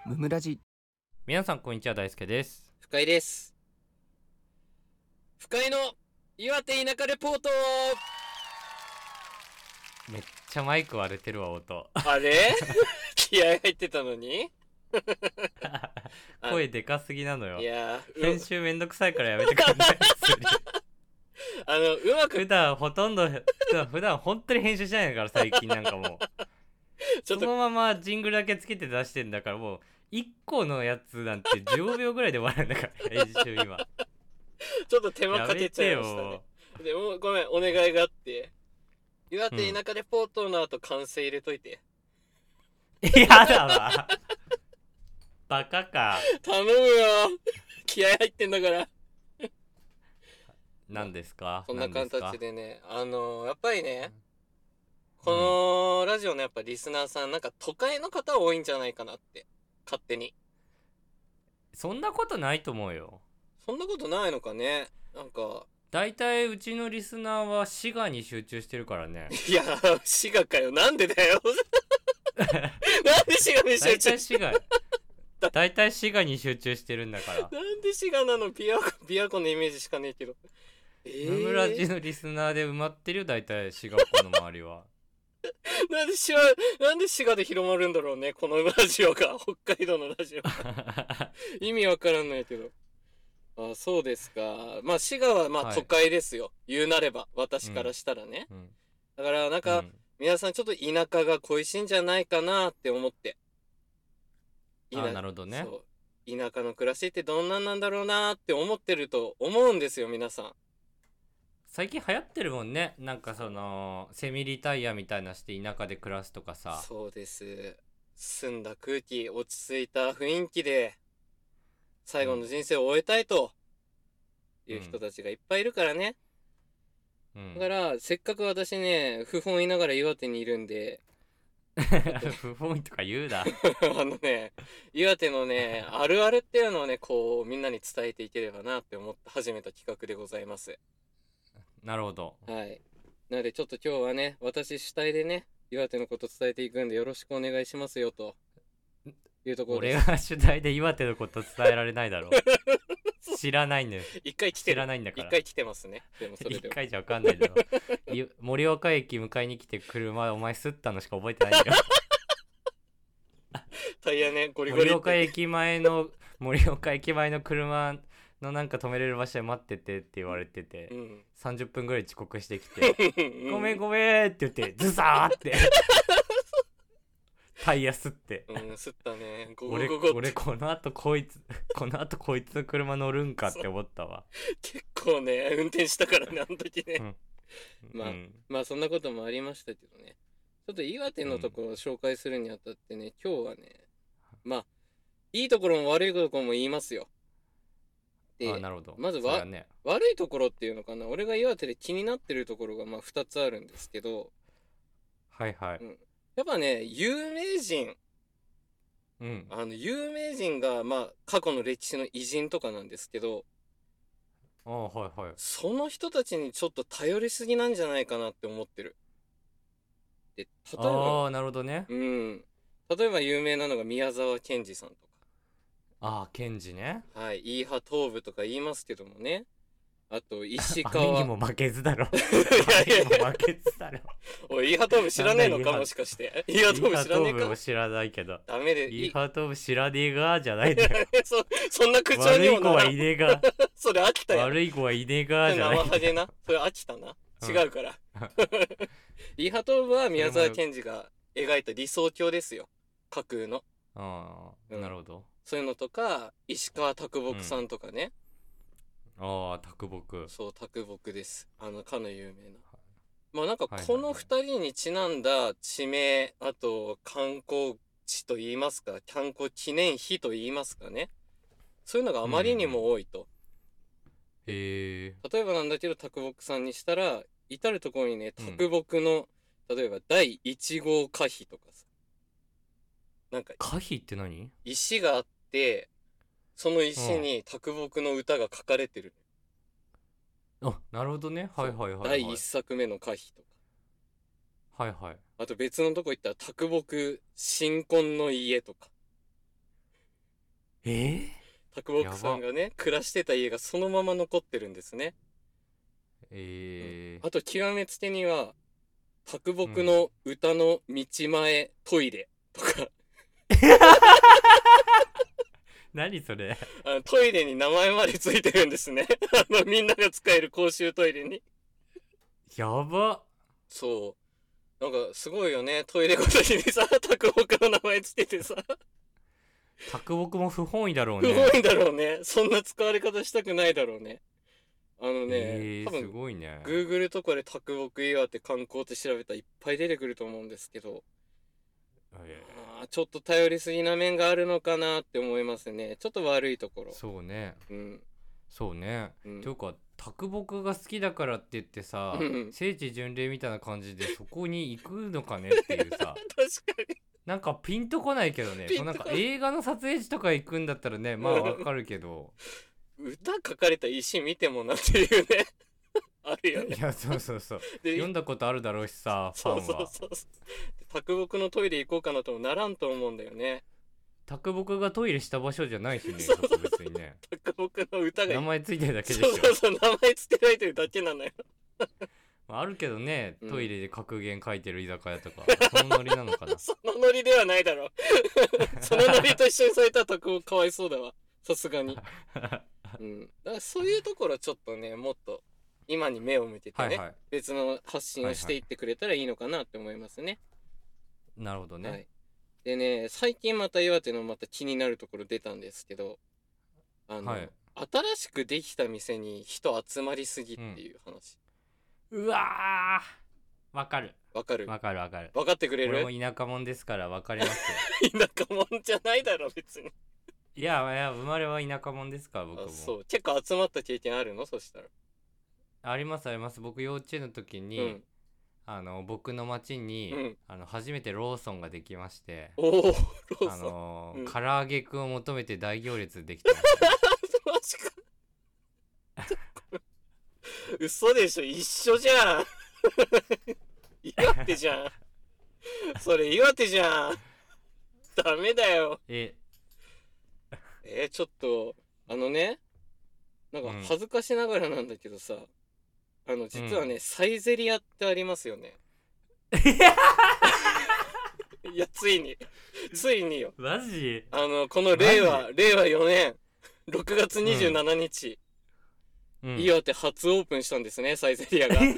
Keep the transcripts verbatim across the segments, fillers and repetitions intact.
ムムラジ。 皆さんこんにちは、大輔です。 深井です。深井の岩手田舎レポート。 めっちゃマイク割れてるわ、音。 あれ気合入ってたのに声でかすぎなのよ。 いやー、 編集めんどくさいからやめてください。 あのうまく普段ほとんど普段普段本当に編集しないから最近なんかもうちょっとそのままジングルだけつけて出してんだからもういっこのやつなんてじゅうごびょうぐらいで終わるんだから編集今ちょっと手間やめかけちゃていましたねよ。 でもごめん、お願いがあって、岩手田舎レポートの後完成入れといて。 やだわバカか。 頼むよ気合入ってんだから。 何ですか。 そんな何ですか。 形でね、あのー、やっぱりね、このラジオのやっぱリスナーさん、なんか都会の方多いんじゃないかなって、勝手に。 そんなことないと思うよ。 そんなことないのかね。なんかだいたいうちのリスナーは滋賀に集中してるからね。 いや滋賀かよ、なんでだよなんで滋賀にだい集中したい滋賀だいたい滋賀に集中してるんだから。 なんで滋賀なの。琵琶湖琵琶湖のイメージしかねえけど。えー、 ムムラジのリスナーで埋まってるよ、だいたい滋賀湖の周りは。 なんで滋賀なんで滋賀で広まるんだろうね、このラジオが。北海道のラジオが意味わからんないけど。あ、そうですか。まあ滋賀はまはいあ都会ですよ、言うなれば私からしたらね、 うんだからなんか、 うん皆さんちょっと田舎が恋しいんじゃないかなって思って。 あ、なるほどね。 そう、田舎の暮らしってどんなんなんだろうなって思ってると思うんですよ、皆さん。 最近流行ってるもんね。なんかそのセミリタイヤみたいなして田舎で暮らすとかさ。 そうです。澄んだ空気、落ち着いた雰囲気で最後の人生を終えたいという人たちがいっぱいいるからね、 うん、 だからせっかく私ね不本意ながら岩手にいるんで不本意とか言うなあのね、岩手のねあるあるっていうのをねこうみんなに伝えていければなって思って始めた企画でございます。 なるほど。 はい。なのでちょっと今日はね、私主体でね、岩手のこと伝えていくんでよろしくお願いしますよというところです。 俺が主題で岩手のこと伝えられないだろ知らないんだよ。 一回来てる。 知らないんだから。 一回来てますね。でもそれでは。 一回じゃ分かんないだろい盛岡駅迎えに来て車お前すったのしか覚えてないんだよタイヤね、ゴリゴリ盛って。 岡駅前の盛岡駅前の車のなんか止めれる場所で待っててって言われてて、 うん、 さんじゅっぷんぐらい遅刻してきてごめんごめんって言ってズサーってタイヤ吸ってうん、吸ったね。ゴゴ俺ゴゴって俺このあとこいつこのあとこいつの車乗るんかって思ったわ。 結構ね、運転したからね、あの時ね。 うんまあ、 うんまあそんなこともありましたけどね。ちょっと岩手のところを紹介するにあたってね、今日はね、まあ、いいところも悪いところも言いますよ。で、 あ、なるほど。 まずは、 ね、 悪いところっていうのかな、俺が岩手で気になってるところがまあふたつあるんですけど、 はいはい、 うん、やっぱね、有名人、 うん、 あの有名人がまあ過去の歴史の偉人とかなんですけど、 あ、はいはい、 その人たちにちょっと頼りすぎなんじゃないかなって思ってる。で、例えば、 ああ、なるほどね。 うん、例えば有名なのが宮沢賢治さんとああ、ケンジね。 か、はい、イーハトーブとか言いますけどもね。あと石あれに川も負けずだろいやいやいやあれにも負けずだろおい、イーハトーブ知らねえのか、 なんだもしかして。イーハトーブ知らねえか。 イーハトーブを知らないけどダメでイーハートーブ知らねえがじゃないんだよそそんな口調悪い子にもならん。 はいねえがそれ飽きたやん。 悪い子はいねえがじゃない生ハゲな。それ飽きたな。違うから。イーハトーブは宮沢賢治が描いた理想郷ですよ。架空の。 ああ、 うんなるほど。 そういうのとか、石川啄木さんとかね。 ああ、卓木。 そう、啄木です。あの、かの有名な。まあなんかはいはいはいこの二人にちなんだ地名、あと観光地と言いますか、観光記念碑と言いますかね。そういうのがあまりにも多いと。 へえ。 例えばなんだけど、啄木さんにしたら、至るところにね、 うん啄木の、例えば第一号歌碑とかさ。なんか、 可否って何？ 石があって、その石に啄木の歌が書かれてる。 あ、なるほどね。はいはいはい、はい。 第一作目の歌碑とか。 はいはい。 あと別のとこ行ったら、啄木新婚の家とか。 え卓木さんがね暮らしてた家がそのまま残ってるんですね。 ー、えー、 あと極めつけには卓木の歌の道前トイレとか、 何それ。 あのトイレに名前までついてるんですね。あのみんなが使える公衆トイレに。 やば。 そうなんかすごいよね、トイレごとにさ卓木の名前つけてさ。 卓木も不本意だろう不ね。 本意だろうね。そんな使われ方したくないだろうね。あのね、 えー、す多分ごいね。 Google とかで卓木岩手観光って調べたらいっぱい出てくると思うんですけど、 えあーちょっと頼りすぎな面があるのかなって思いますね。ちょっと悪いところ。 ー、そうねうんそうね、 うんというか卓木が好きだからって言ってさ、 うん聖地巡礼みたいな感じでそこに行くのかねっていうさ確かに。 なんかピンとこないけどね。 ピンとこないそうなんか映画の撮影地とか行くんだったらね、まあわかるけど歌書かれた石見てもなっていうね。あるよね。 いやそうそうそうで読んだことあるだろうしさ、フそうァンは。 そうそうそう。卓木のトイレ行こうかなともならんと思うんだよね。 卓木がトイレした場所じゃないしね、 そうそこ別にね。 卓木の歌が名前ついてるだけでしょ。 そうそうそう、名前つけられてるだけなのよ。 まああるけどね、 うんトイレで格言書いてる居酒屋とか、そのノリなのかな。 そのノリではないだろう。そのノリと一緒にされたら卓木かわいそうだわ、さすがに。うん、だからそういうところちょっとね、もっと今に目を向けてね、 はいはい。 別の発信をしていってくれたらいいのかなって思いますね。 なるほどね。 はい、でね、最近また岩手のまた気になるところ出たんですけど、あの、 はい、 新しくできた店に人集まりすぎっていう話。 うわー、わかるわかるわかるわかる。 わかってくれる？ 俺も田舎者ですからわかりますよ。 田舎者じゃないだろ別に。 いやいや、生まれは田舎者ですから僕も。 あ、そう。結構集まった経験あるの？そしたら。 ありますあります。僕幼稚園の時に、 うんあの僕の町に、 うんあの初めてローソンができまして、 おお、ローソン。 あのーうん唐揚げくんを求めて大行列できてましたね。 マジか。嘘でしょ、一緒じゃん。岩手じゃん。それ岩手じゃん。ダメだよ。 ええー、ちょっと、あのね、なんかうん恥ずかしながらなんだけどさ、あの、実はね、サイゼリアってありますよね。いや、ついに、ついによ。 マジあの、この令和、 マ令和よねん、ろくがつにじゅうしちにち、 うん岩手初オープンしたんですね、サイゼリアが。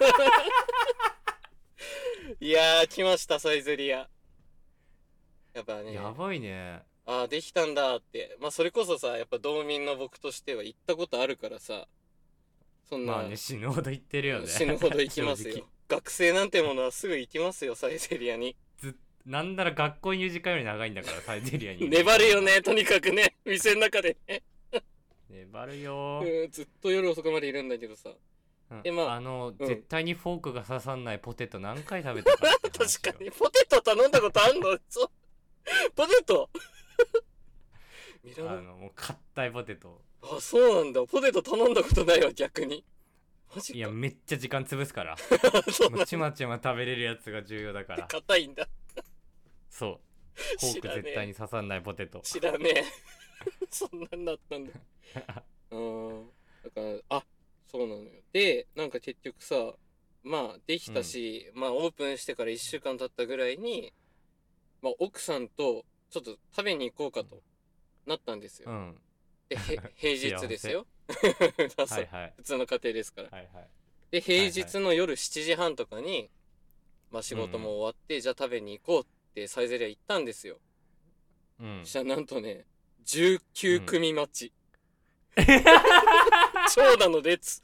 いやー、来ました、サイゼリア。やっぱね、 やばいね。 あー、できたんだって。まあ、それこそさ、やっぱ道民の僕としては行ったことあるからさ、そんな、 まあね、死ぬほど言ってるよね。 死ぬほど行きます正直よ。学生なんてものはすぐ行きますよ、サイゼリアに。 ずなんなら学校にいる時間より長いんだから、サイゼリアに。 粘るよね、とにかくね、店の中でね。 粘るようー。 んずっと夜遅くまでいるんだけどさ。 うんでまああの、 うん絶対にフォークが刺さんないポテト何回食べたかって話よ。 確かに、ポテト頼んだことあんの？そうポテトミラノあのもう硬いポテト。 あ、そうなんだ。ポテト頼んだことないわ、逆に。マジか。 いや、めっちゃ時間潰すから。 そうなんもうちまちま食べれるやつが重要だから。 硬いんだ。 そう。フォーク知らねえ絶対に刺さんないポテト。 知らねえ。そんなんだったんだ。うん。だから、あ、そうなのよ。で、なんか結局さ、まあ、できたし、まあ、オープンしてからいっしゅうかん経ったぐらいに、まあ、奥さんとちょっと食べに行こうかとなったんですよ。 うん。 で、へ平日ですよ。 はいはい。 普通の家庭ですから。 はいはい。 で、平日の夜しちじはんとかに、まあ仕事も終わって、じゃあ食べに行こうってサイゼリア行ったんですよ。 うんそ。したらなんとね、じゅうきゅうくみ待ち。長蛇の列。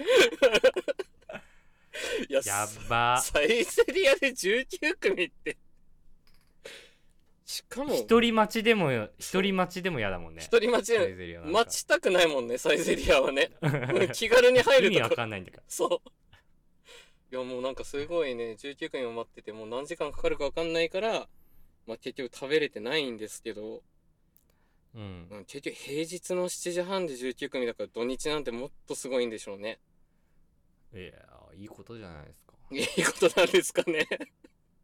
いや、 やっば。 サイゼリアでじゅうきゅうくみって。しかも、 一人待ちでもよ、一人待ちでも嫌だもんね。 一人待ちサイゼリアなんか待ちたくないもんね、サイゼリアはね。気軽に入意味わるとこ。 かんないんだから。 そう。いやもうなんかすごいね、じゅうきゅうくみも待ってて、もう何時間かかるかわかんないから、まあ結局食べれてないんですけど、 うん。 うん、結局平日のしちじはんでじゅうきゅうくみだから土日なんてもっとすごいんでしょうね。 いや、いいことじゃないですか。 いいことなんですかね。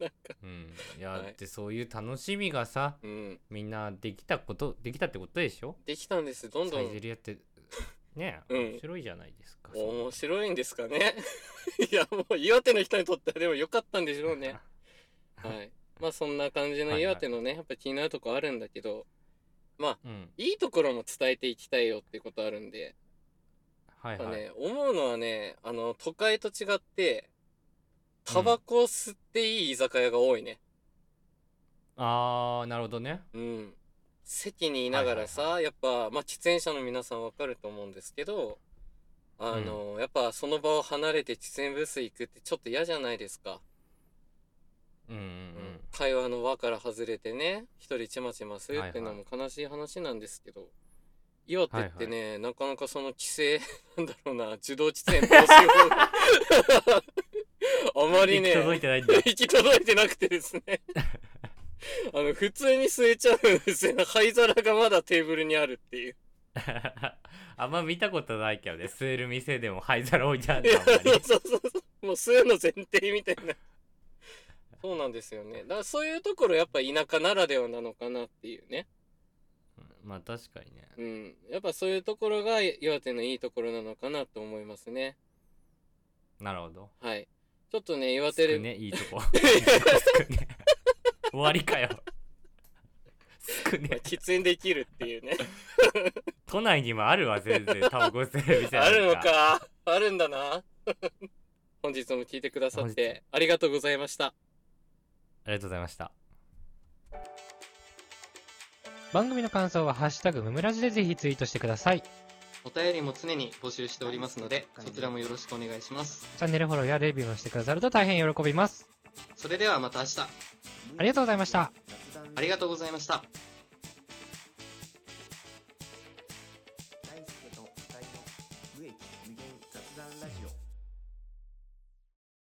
うんいや、 はいだってそういう楽しみがさうんみんなできたことできたってことでしょ。 できたんです。どんどサイんゼリヤってねうん面白いじゃないですか。 面白いんですかね。いやもう岩手の人にとってはでも良かったんでしょうね。はいまあそんな感じの岩手のねやっぱ気になるとこあるんだけど、まあうんいいところも伝えていきたいよっていうことあるんで、 はいはい、 やっぱね思うのはね、あの都会と違ってタバコを吸っていい居酒屋が多いね。 あーなるほどね。 うん席にいながらさ、 はいはいやっぱまあ喫煙者の皆さんわかると思うんですけど、あの、やっぱその場を離れて喫煙ブース行くってちょっと嫌じゃないですか。 うんうんうん会話の輪から外れてね一人ちまちますっていうのも悲しい話なんですけど、岩手ってね、なかなかその規制なんだろうな、受動喫煙防止法があまりね行き届いてないんだ行き届いてなくてですねあの普通に吸えちゃうんですよ。灰皿がまだテーブルにあるっていうあんま見たことないけどね、吸える店でも灰皿置いてあるいやのあんまりそうそうそうもう吸うの前提みたいなそうなんですよね。だからそういうところやっぱ田舎ならではなのかなっていうね。 うんまあ確かにね。 うんやっぱそういうところが岩手のいいところなのかなと思いますね。 なるほど。 はいちょっとね岩手でつくねいいとこつくね終わりかよ。つくまあね喫煙できるっていうね都内にもあるわ全然タバコ吸える店あるのなんかあるんだな本日も聞いてくださってありがとうございました。 ありがとうございました。 番組の感想はハッシュタグムムラジでぜひツイートしてください。 お便りも常に募集しておりますのでそちらもよろしくお願いします。 チャンネルフォローやレビューもしてくださると大変喜びます。 それではまた明日。 ありがとうございました。 ありがとうございました。 大輔と二人の無益無限雑談ラジオ。